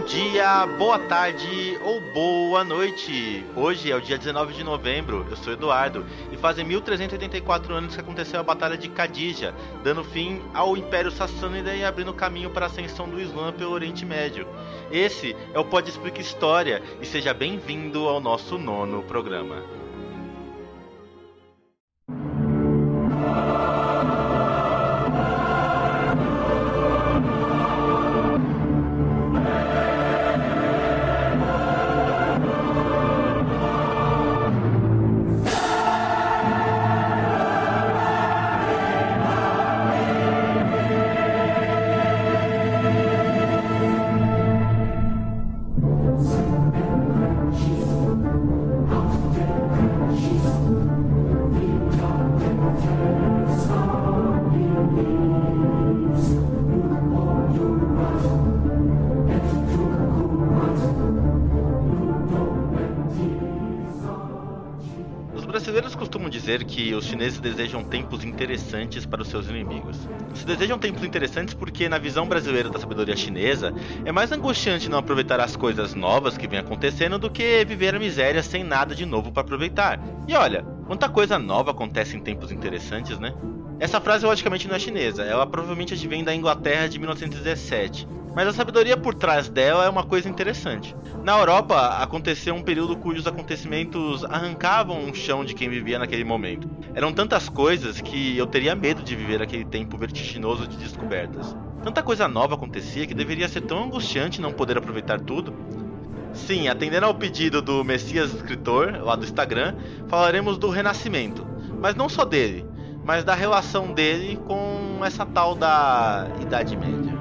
dia, boa tarde ou boa noite. Hoje é o dia 19 de novembro, eu sou Eduardo e fazem 1384 anos que aconteceu a Batalha de Kadija, dando fim ao Império Sassânida e abrindo caminho para a ascensão do Islã pelo Oriente Médio. Esse é o Pod Explica História e seja bem-vindo ao nosso 9º programa. Os brasileiros costumam dizer que os chineses desejam tempos interessantes para os seus inimigos. Se desejam tempos interessantes porque, na visão brasileira da sabedoria chinesa, é mais angustiante não aproveitar as coisas novas que vêm acontecendo do que viver a miséria sem nada de novo para aproveitar. E olha, quanta coisa nova acontece em tempos interessantes, né? Essa frase logicamente não é chinesa, ela provavelmente advém da Inglaterra de 1917. Mas a sabedoria por trás dela é uma coisa interessante. Na Europa, aconteceu um período cujos acontecimentos arrancavam o chão de quem vivia naquele momento. Eram tantas coisas que eu teria medo de viver aquele tempo vertiginoso de descobertas. Tanta coisa nova acontecia que deveria ser tão angustiante não poder aproveitar tudo. Sim, atendendo ao pedido do Messias Escritor, lá do Instagram, falaremos do Renascimento. Mas não só dele, mas da relação dele com essa tal da Idade Média.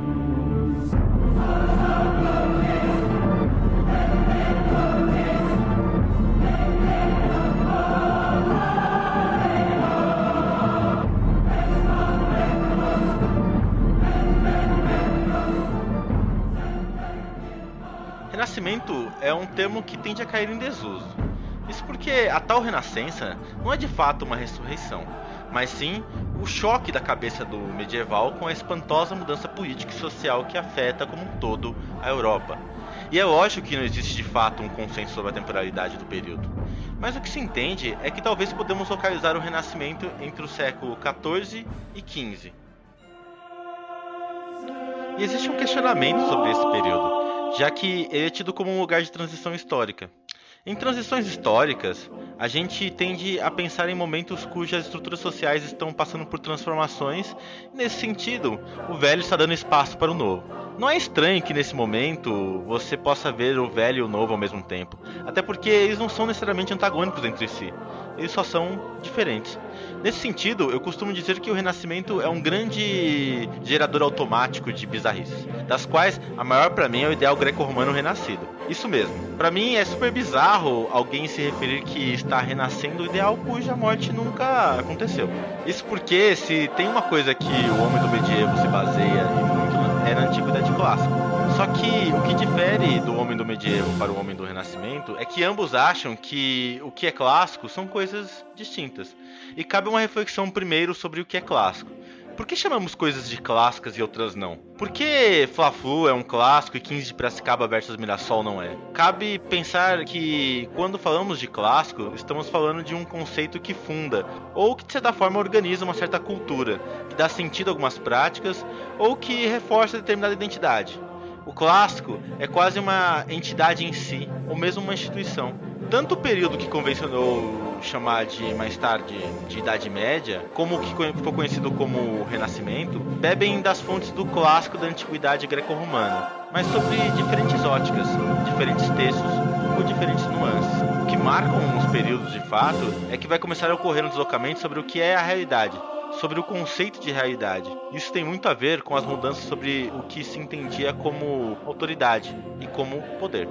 Renascimento é um termo que tende a cair em desuso. Isso porque a tal renascença não é de fato uma ressurreição, mas sim o choque da cabeça do medieval com a espantosa mudança política e social que afeta como um todo a Europa. E é lógico que não existe de fato um consenso sobre a temporalidade do período. Mas o que se entende é que talvez podemos localizar o Renascimento entre o século XIV e XV. E existe um questionamento sobre esse período, já que ele é tido como um lugar de transição histórica. Em transições históricas, a gente tende a pensar em momentos cujas estruturas sociais estão passando por transformações, e nesse sentido, o velho está dando espaço para o novo. Não é estranho que nesse momento você possa ver o velho e o novo ao mesmo tempo, até porque eles não são necessariamente antagônicos entre si, eles só são diferentes. Nesse sentido, eu costumo dizer que o Renascimento é um grande gerador automático de bizarrices, das quais a maior para mim é o ideal greco-romano renascido. Isso mesmo, para mim é super bizarro alguém se referir que está renascendo o ideal cuja morte nunca aconteceu. Isso porque se tem uma coisa que o homem do medievo se baseia e muito é na antiguidade clássica. Só que o que difere do homem do medievo para o homem do renascimento é que ambos acham que o que é clássico são coisas distintas. E cabe uma reflexão primeiro sobre o que é clássico. Por que chamamos coisas de clássicas e outras não? Por que Fla-Flu é um clássico e 15 de Piracicaba versus Mirassol não é? Cabe pensar que quando falamos de clássico, estamos falando de um conceito que funda, ou que de certa forma organiza uma certa cultura, que dá sentido a algumas práticas, ou que reforça determinada identidade. O clássico é quase uma entidade em si, ou mesmo uma instituição. Tanto o período que convencionou chamar de mais tarde de Idade Média, como o que ficou conhecido como Renascimento, bebem das fontes do clássico da antiguidade greco-romana, mas sobre diferentes óticas, diferentes textos ou diferentes nuances. O que marcam os períodos de fato é que vai começar a ocorrer um deslocamento sobre o que é a realidade, sobre o conceito de realidade. Isso tem muito a ver com as mudanças sobre o que se entendia como autoridade e como poder.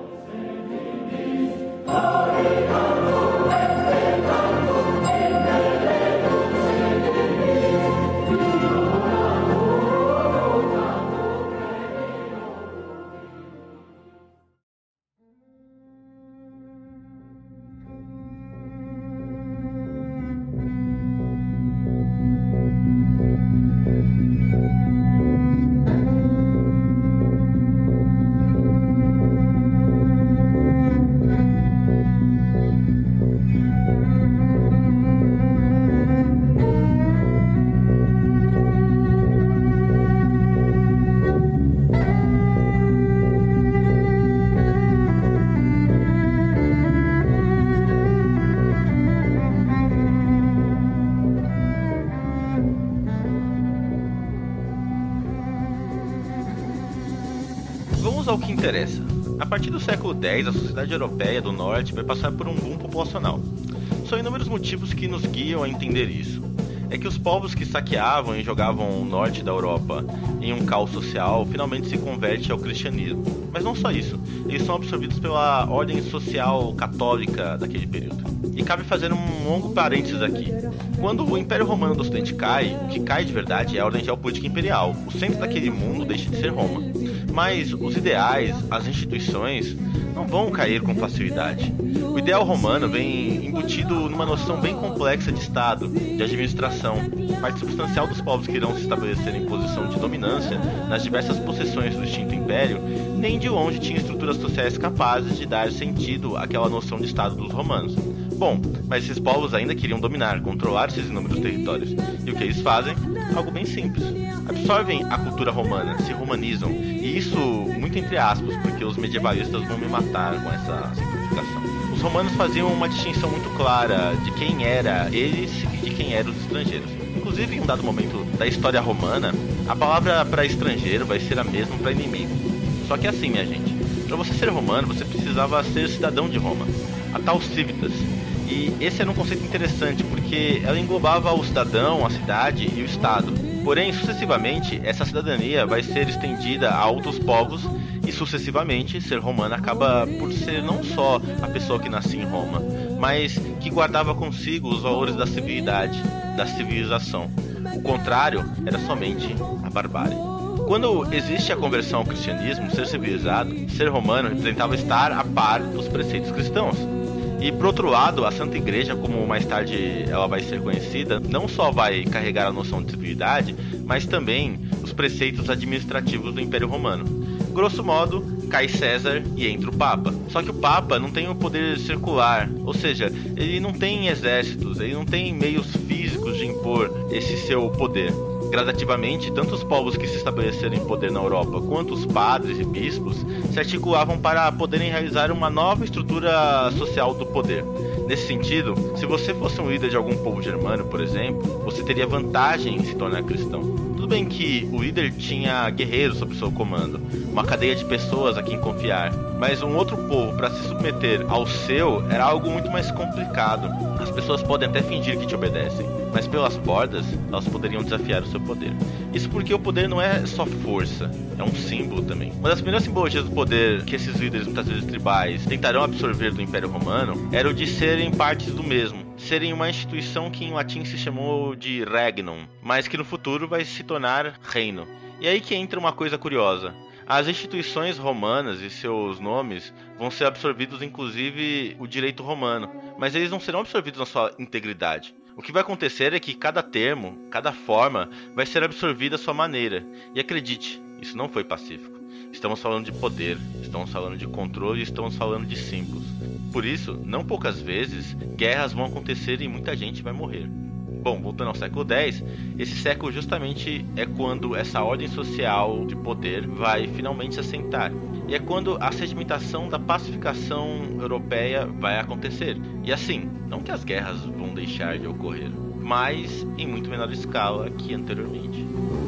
Vamos ao que interessa. A partir do século X, a sociedade europeia do norte vai passar por um boom populacional. São inúmeros motivos que nos guiam a entender isso. É que os povos que saqueavam e jogavam o norte da Europa em um caos social finalmente se convertem ao cristianismo. Mas não só isso, eles são absorvidos pela ordem social católica daquele período. E cabe fazer um longo parênteses aqui. Quando o Império Romano do Ocidente cai, o que cai de verdade é a ordem geopolítica imperial. O centro daquele mundo deixa de ser Roma. Mas os ideais, as instituições, não vão cair com facilidade. O ideal romano vem embutido numa noção bem complexa de Estado, de administração. Parte substancial dos povos que irão se estabelecer em posição de dominância nas diversas possessões do extinto império, nem de longe tinha estruturas sociais capazes de dar sentido àquela noção de Estado dos romanos. Bom, mas esses povos ainda queriam dominar, controlar esses inúmeros territórios. E o que eles fazem? Algo bem simples. Absorvem a cultura romana, se romanizam, e isso muito entre aspas, porque os medievalistas vão me matar com essa simplificação. Os romanos faziam uma distinção muito clara de quem era eles e de quem eram os estrangeiros. Inclusive, em um dado momento da história romana, a palavra para estrangeiro vai ser a mesma para inimigo. Só que é assim, minha gente, para você ser romano, você precisava ser cidadão de Roma, a tal civitas. E esse era um conceito interessante, porque ela englobava o cidadão, a cidade e o Estado. Porém, sucessivamente, essa cidadania vai ser estendida a outros povos e, sucessivamente, ser romano acaba por ser não só a pessoa que nascia em Roma, mas que guardava consigo os valores da civilidade, da civilização. O contrário era somente a barbárie. Quando existe a conversão ao cristianismo, ser civilizado, ser romano representava estar a par dos preceitos cristãos. E por outro lado, a Santa Igreja, como mais tarde ela vai ser conhecida, não só vai carregar a noção de civilidade, mas também os preceitos administrativos do Império Romano. Grosso modo, cai César e entra o Papa. Só que o Papa não tem o poder circular, ou seja, ele não tem exércitos, ele não tem meios físicos de impor esse seu poder. Gradativamente, tanto os povos que se estabeleceram em poder na Europa, quanto os padres e bispos se articulavam para poderem realizar uma nova estrutura social do poder. Nesse sentido, se você fosse um líder de algum povo germano, por exemplo, você teria vantagem em se tornar cristão. Tudo bem que o líder tinha guerreiros sob seu comando, uma cadeia de pessoas a quem confiar, mas um outro povo para se submeter ao seu era algo muito mais complicado. As pessoas podem até fingir que te obedecem, mas pelas bordas elas poderiam desafiar o seu poder. Isso porque o poder não é só força, é um símbolo também. Uma das primeiras simbologias do poder que esses líderes, muitas vezes tribais, tentarão absorver do Império Romano era o de serem partes do mesmo, serem uma instituição que em latim se chamou de regnum, mas que no futuro vai se tornar reino. E aí que entra uma coisa curiosa. As instituições romanas e seus nomes vão ser absorvidos, inclusive o direito romano, mas eles não serão absorvidos na sua integridade. O que vai acontecer é que cada termo, cada forma, vai ser absorvida à sua maneira. E acredite, isso não foi pacífico. Estamos falando de poder, estamos falando de controle e estamos falando de símbolos. Por isso, não poucas vezes, guerras vão acontecer e muita gente vai morrer. Bom, voltando ao século X, esse século justamente é quando essa ordem social de poder vai finalmente se assentar. E é quando a sedimentação da pacificação europeia vai acontecer. E assim, não que as guerras vão deixar de ocorrer, mas em muito menor escala que anteriormente.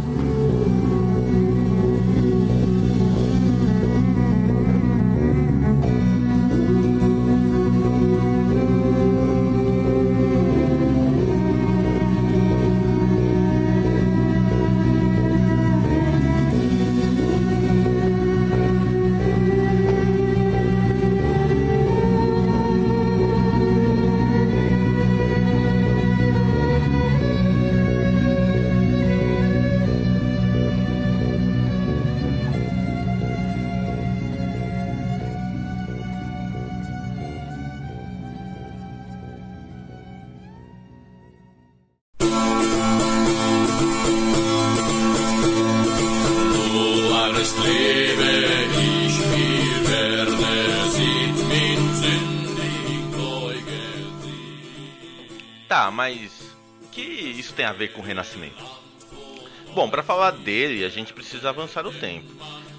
Tá, mas o que isso tem a ver com o Renascimento? Bom, para falar dele, a gente precisa avançar o tempo.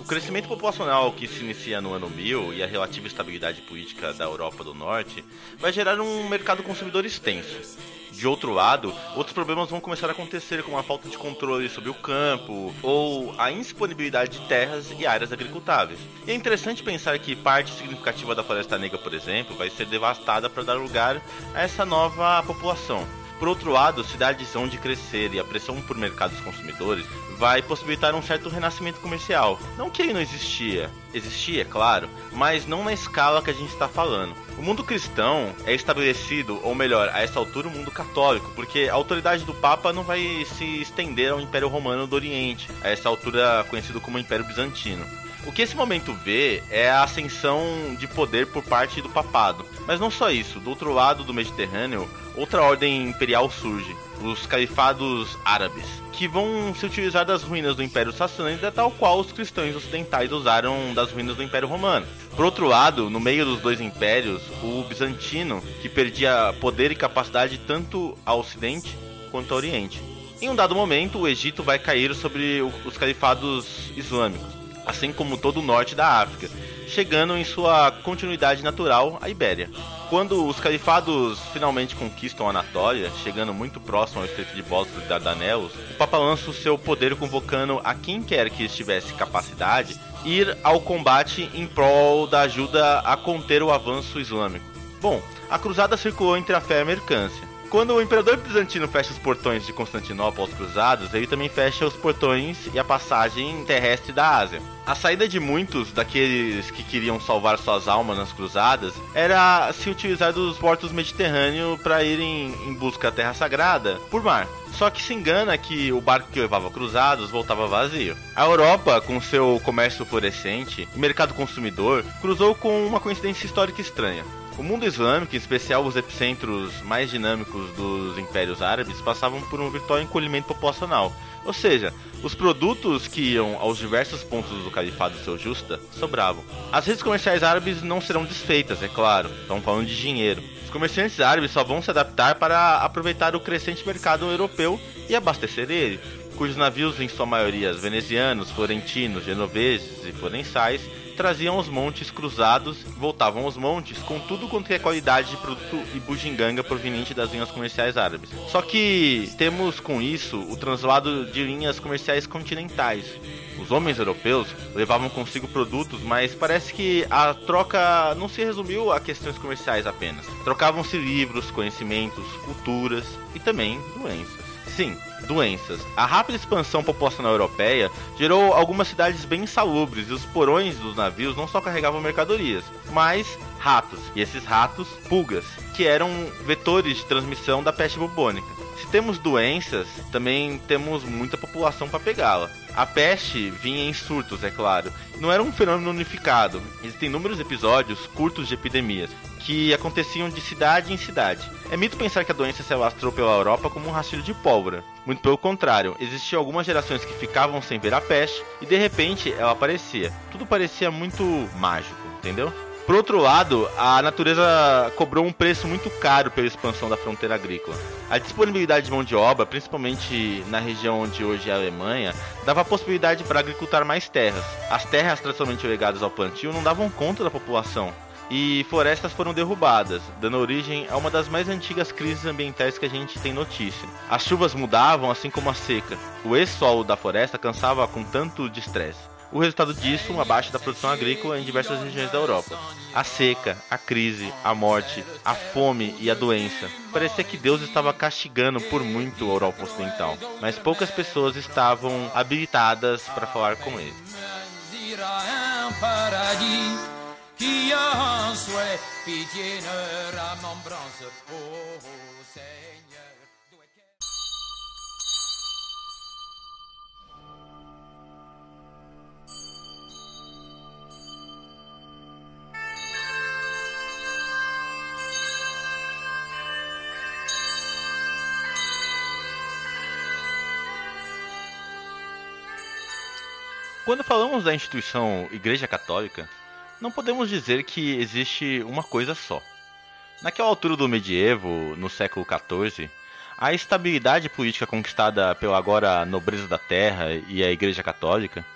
O crescimento populacional que se inicia no ano 1000 e a relativa estabilidade política da Europa do Norte vai gerar um mercado consumidor extenso. De outro lado, outros problemas vão começar a acontecer, como a falta de controle sobre o campo ou a indisponibilidade de terras e áreas agricultáveis. E é interessante pensar que parte significativa da Floresta Negra, por exemplo, vai ser devastada para dar lugar a essa nova população. Por outro lado, cidades onde crescer e a pressão por mercados consumidores vai possibilitar um certo renascimento comercial. Não que ele não existia, existia, claro, mas não na escala que a gente está falando. O mundo cristão é estabelecido, ou melhor, a essa altura o mundo católico, porque a autoridade do Papa não vai se estender ao Império Romano do Oriente, a essa altura conhecido como Império Bizantino. O que esse momento vê é a ascensão de poder por parte do papado. Mas não só isso, do outro lado do Mediterrâneo, outra ordem imperial surge, os califados árabes, que vão se utilizar das ruínas do Império Sassânida tal qual os cristãos ocidentais usaram das ruínas do Império Romano. Por outro lado, no meio dos dois impérios, o bizantino, que perdia poder e capacidade tanto ao Ocidente quanto ao Oriente. Em um dado momento, o Egito vai cair sobre os califados islâmicos, assim como todo o norte da África, chegando em sua continuidade natural à Ibéria. Quando os califados finalmente conquistam a Anatólia, chegando muito próximo ao Estreito de Bósforo e Dardanelos, o Papa lança o seu poder convocando a quem quer que estivesse capacidade ir ao combate em prol da ajuda a conter o avanço islâmico. Bom, a cruzada circulou entre a fé e a mercância. Quando o imperador bizantino fecha os portões de Constantinopla aos cruzados, ele também fecha os portões e a passagem terrestre da Ásia. A saída de muitos daqueles que queriam salvar suas almas nas cruzadas era se utilizar dos portos mediterrâneos para irem em busca da Terra Sagrada por mar. Só que se engana que o barco que levava cruzados voltava vazio. A Europa, com seu comércio florescente e mercado consumidor, cruzou com uma coincidência histórica estranha. O mundo islâmico, em especial os epicentros mais dinâmicos dos impérios árabes, passavam por um virtual encolhimento populacional. Ou seja, os produtos que iam aos diversos pontos do califado Seljusta sobravam. As redes comerciais árabes não serão desfeitas, é claro, estamos falando de dinheiro. Os comerciantes árabes só vão se adaptar para aproveitar o crescente mercado europeu e abastecer ele, cujos navios, em sua maioria venezianos, florentinos, genoveses e florençais, traziam os montes cruzados, voltavam aos montes com tudo quanto é qualidade de produto e bugiganga proveniente das linhas comerciais árabes. Só que temos com isso o translado de linhas comerciais continentais. Os homens europeus levavam consigo produtos, mas parece que a troca não se resumiu a questões comerciais apenas. Trocavam-se livros, conhecimentos, culturas e também doenças. Sim, doenças. A rápida expansão populacional europeia gerou algumas cidades bem insalubres e os porões dos navios não só carregavam mercadorias, mas ratos. E esses ratos, pulgas, que eram vetores de transmissão da peste bubônica. Se temos doenças, também temos muita população para pegá-la. A peste vinha em surtos, é claro. Não era um fenômeno unificado. Existem inúmeros episódios curtos de epidemias que aconteciam de cidade em cidade. É mito pensar que a doença se alastrou pela Europa como um rastilho de pólvora. Muito pelo contrário, existiam algumas gerações que ficavam sem ver a peste e de repente ela aparecia. Tudo parecia muito mágico, entendeu? Por outro lado, a natureza cobrou um preço muito caro pela expansão da fronteira agrícola. A disponibilidade de mão de obra, principalmente na região onde hoje é a Alemanha, dava a possibilidade para agricultar mais terras. As terras tradicionalmente legadas ao plantio não davam conta da população. E florestas foram derrubadas, dando origem a uma das mais antigas crises ambientais que a gente tem notícia. As chuvas mudavam, assim como a seca. O ex-solo da floresta cansava com tanto de estresse. O resultado disso, uma baixa da produção agrícola em diversas regiões da Europa. A seca, a crise, a morte, a fome e a doença. Parecia que Deus estava castigando por muito a Europa Ocidental, mas poucas pessoas estavam habilitadas para falar com ele. Qui a un souhait, pitié ne remembrance, oh Seigneur. Quando falamos da instituição Igreja Católica, não podemos dizer que existe uma coisa só. Naquela altura do medievo, no século XIV, a estabilidade política conquistada pela agora nobreza da terra e a Igreja Católica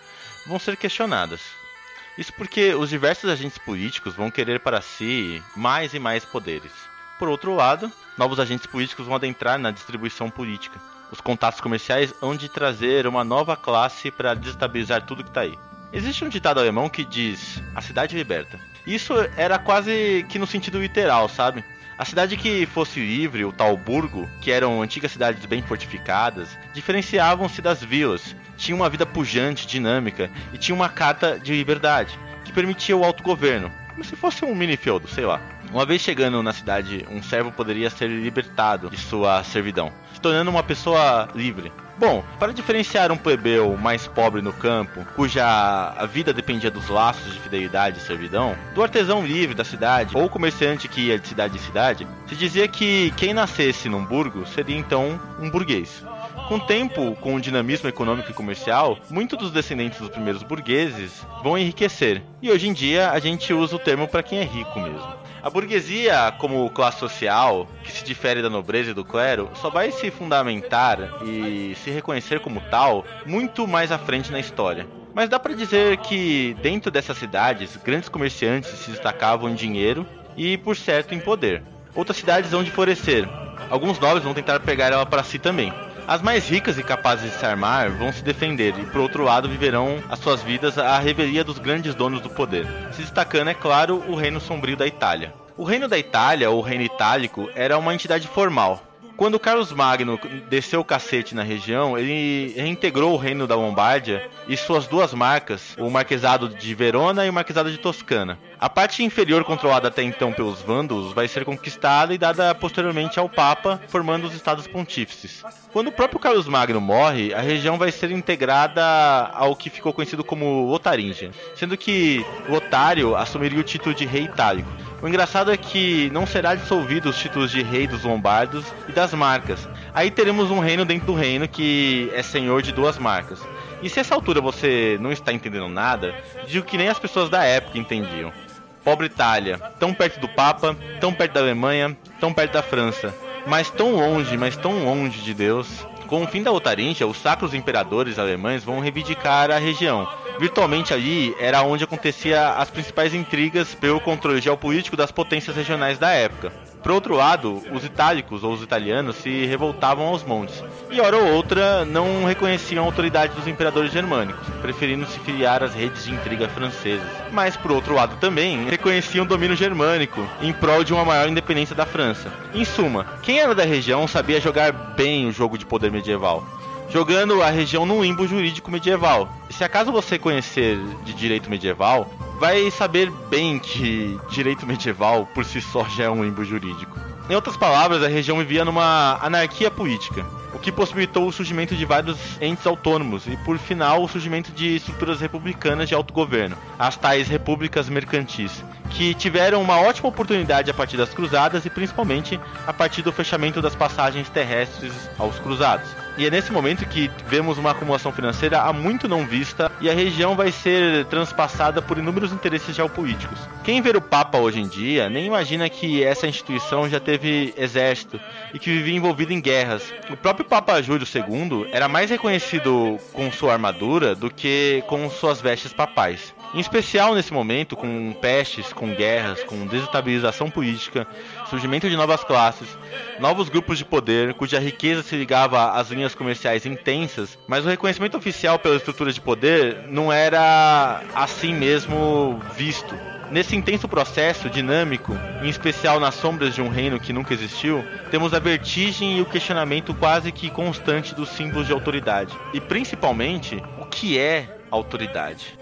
vão ser questionadas. Isso porque os diversos agentes políticos vão querer para si mais e mais poderes. Por outro lado, novos agentes políticos vão adentrar na distribuição política. Os contatos comerciais hão de trazer uma nova classe para desestabilizar tudo que está aí. Existe um ditado alemão que diz: a cidade liberta. Isso era quase que no sentido literal, sabe? A cidade que fosse livre, o tal burgo, que eram antigas cidades bem fortificadas, diferenciavam-se das vilas, tinham uma vida pujante, dinâmica e tinha uma carta de liberdade, que permitia o autogoverno, como se fosse um mini-feudo, sei lá. Uma vez chegando na cidade, um servo poderia ser libertado de sua servidão, se tornando uma pessoa livre. Bom, para diferenciar um plebeu mais pobre no campo, cuja vida dependia dos laços de fidelidade e servidão, do artesão livre da cidade ou comerciante que ia de cidade em cidade, se dizia que quem nascesse num burgo seria então um burguês. Com o tempo, com o dinamismo econômico e comercial, muitos dos descendentes dos primeiros burgueses vão enriquecer, e hoje em dia a gente usa o termo para quem é rico mesmo. A burguesia, como classe social, que se difere da nobreza e do clero, só vai se fundamentar e se reconhecer como tal muito mais à frente na história. Mas dá para dizer que dentro dessas cidades, grandes comerciantes se destacavam em dinheiro e, por certo, em poder. Outras cidades vão de florescer. Alguns nobres vão tentar pegar ela para si também. As mais ricas e capazes de se armar vão se defender e, por outro lado, viverão as suas vidas à revelia dos grandes donos do poder, se destacando, é claro, o Reino Sombrio da Itália. O Reino da Itália, ou Reino Itálico, era uma entidade formal. Quando Carlos Magno desceu o cacete na região, ele reintegrou o Reino da Lombardia e suas duas marcas, o Marquesado de Verona e o Marquesado de Toscana. A parte inferior, controlada até então pelos vândalos, vai ser conquistada e dada posteriormente ao Papa, formando os Estados Pontífices. Quando o próprio Carlos Magno morre, a região vai ser integrada ao que ficou conhecido como Lotaringia, sendo que Lotário assumiria o título de rei itálico. O engraçado é que não será dissolvido os títulos de rei dos lombardos e das marcas. Aí teremos um reino dentro do reino que é senhor de duas marcas. E se a essa altura você não está entendendo nada, digo que nem as pessoas da época entendiam. Pobre Itália, tão perto do Papa, tão perto da Alemanha, tão perto da França, mas tão longe de Deus. Com o fim da Lotaringia, os sacros imperadores alemães vão reivindicar a região. Virtualmente ali era onde acontecia as principais intrigas pelo controle geopolítico das potências regionais da época. Por outro lado, os itálicos ou os italianos se revoltavam aos montes, e hora ou outra não reconheciam a autoridade dos imperadores germânicos, preferindo se filiar às redes de intriga francesas. Mas por outro lado também reconheciam o domínio germânico em prol de uma maior independência da França. Em suma, quem era da região sabia jogar bem o jogo de poder medieval, jogando a região num limbo jurídico medieval. E se acaso você conhecer de direito medieval, vai saber bem que direito medieval por si só já é um limbo jurídico. Em outras palavras, a região vivia numa anarquia política, o que possibilitou o surgimento de vários entes autônomos e, por final, o surgimento de estruturas republicanas de autogoverno, as tais repúblicas mercantis, que tiveram uma ótima oportunidade a partir das cruzadas e principalmente a partir do fechamento das passagens terrestres aos cruzados. E é nesse momento que vemos uma acumulação financeira há muito não vista e a região vai ser transpassada por inúmeros interesses geopolíticos. Quem vê o Papa hoje em dia nem imagina que essa instituição já teve exército e que vivia envolvida em guerras. O próprio Papa Júlio II era mais reconhecido com sua armadura do que com suas vestes papais. Em especial nesse momento, com pestes, com guerras, com desestabilização política, surgimento de novas classes, novos grupos de poder, cuja riqueza se ligava às linhas comerciais intensas, mas o reconhecimento oficial pelas estruturas de poder não era assim mesmo visto. Nesse intenso processo dinâmico, em especial nas sombras de um reino que nunca existiu, temos a vertigem e o questionamento quase que constante dos símbolos de autoridade. E principalmente, o que é autoridade?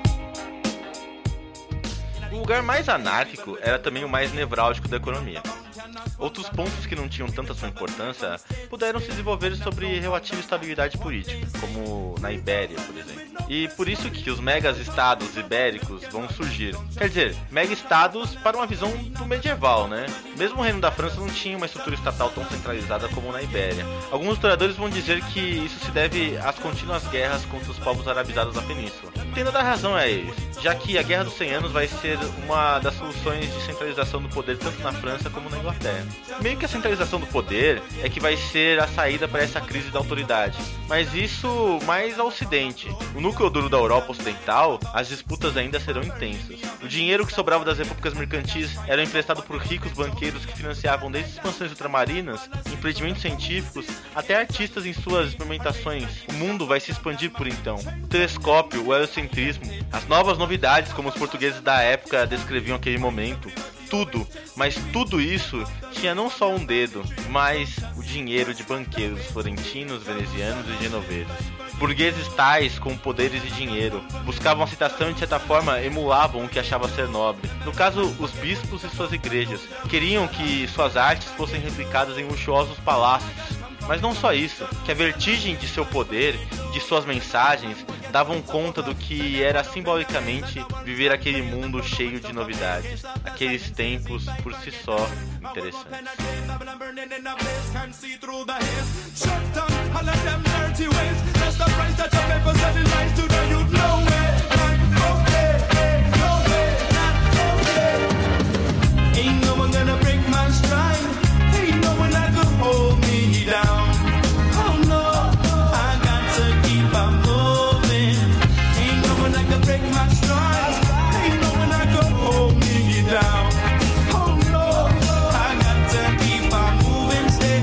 O lugar mais anárquico era também o mais nevrálgico da economia. Outros pontos que não tinham tanta sua importância puderam se desenvolver sobre relativa estabilidade política, como na Ibéria, por exemplo. E por isso que os mega-estados ibéricos vão surgir. Quer dizer, mega-estados para uma visão do medieval, né? Mesmo o Reino da França não tinha uma estrutura estatal tão centralizada como na Ibéria. Alguns historiadores vão dizer que isso se deve às contínuas guerras contra os povos arabizados da península. Tendo a dar razão a eles, já que a Guerra dos 100 Anos vai ser uma das soluções de centralização do poder tanto na França como na Inglaterra. Meio que a centralização do poder é que vai ser a saída para essa crise da autoridade, mas isso mais ao ocidente. O núcleo duro da Europa ocidental, as disputas ainda serão intensas. O dinheiro que sobrava das repúblicas mercantis era emprestado por ricos banqueiros que financiavam desde expansões ultramarinas, empreendimentos científicos, até artistas em suas experimentações. O mundo vai se expandir por então. O telescópio, o heliocentrismo, as novas novidades como os portugueses da época descreviam aquele momento. Tudo, mas tudo isso tinha não só um dedo, mas o dinheiro de banqueiros florentinos, venezianos e genoveses. Burgueses tais com poderes e dinheiro buscavam aceitação e de certa forma emulavam o que achavam ser nobre. No caso, os bispos e suas igrejas queriam que suas artes fossem replicadas em luxuosos palácios. Mas não só isso, que a vertigem de seu poder, de suas mensagens, davam conta do que era simbolicamente viver aquele mundo cheio de novidades, aqueles tempos por si só interessantes.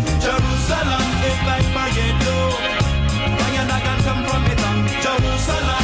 Jerusalem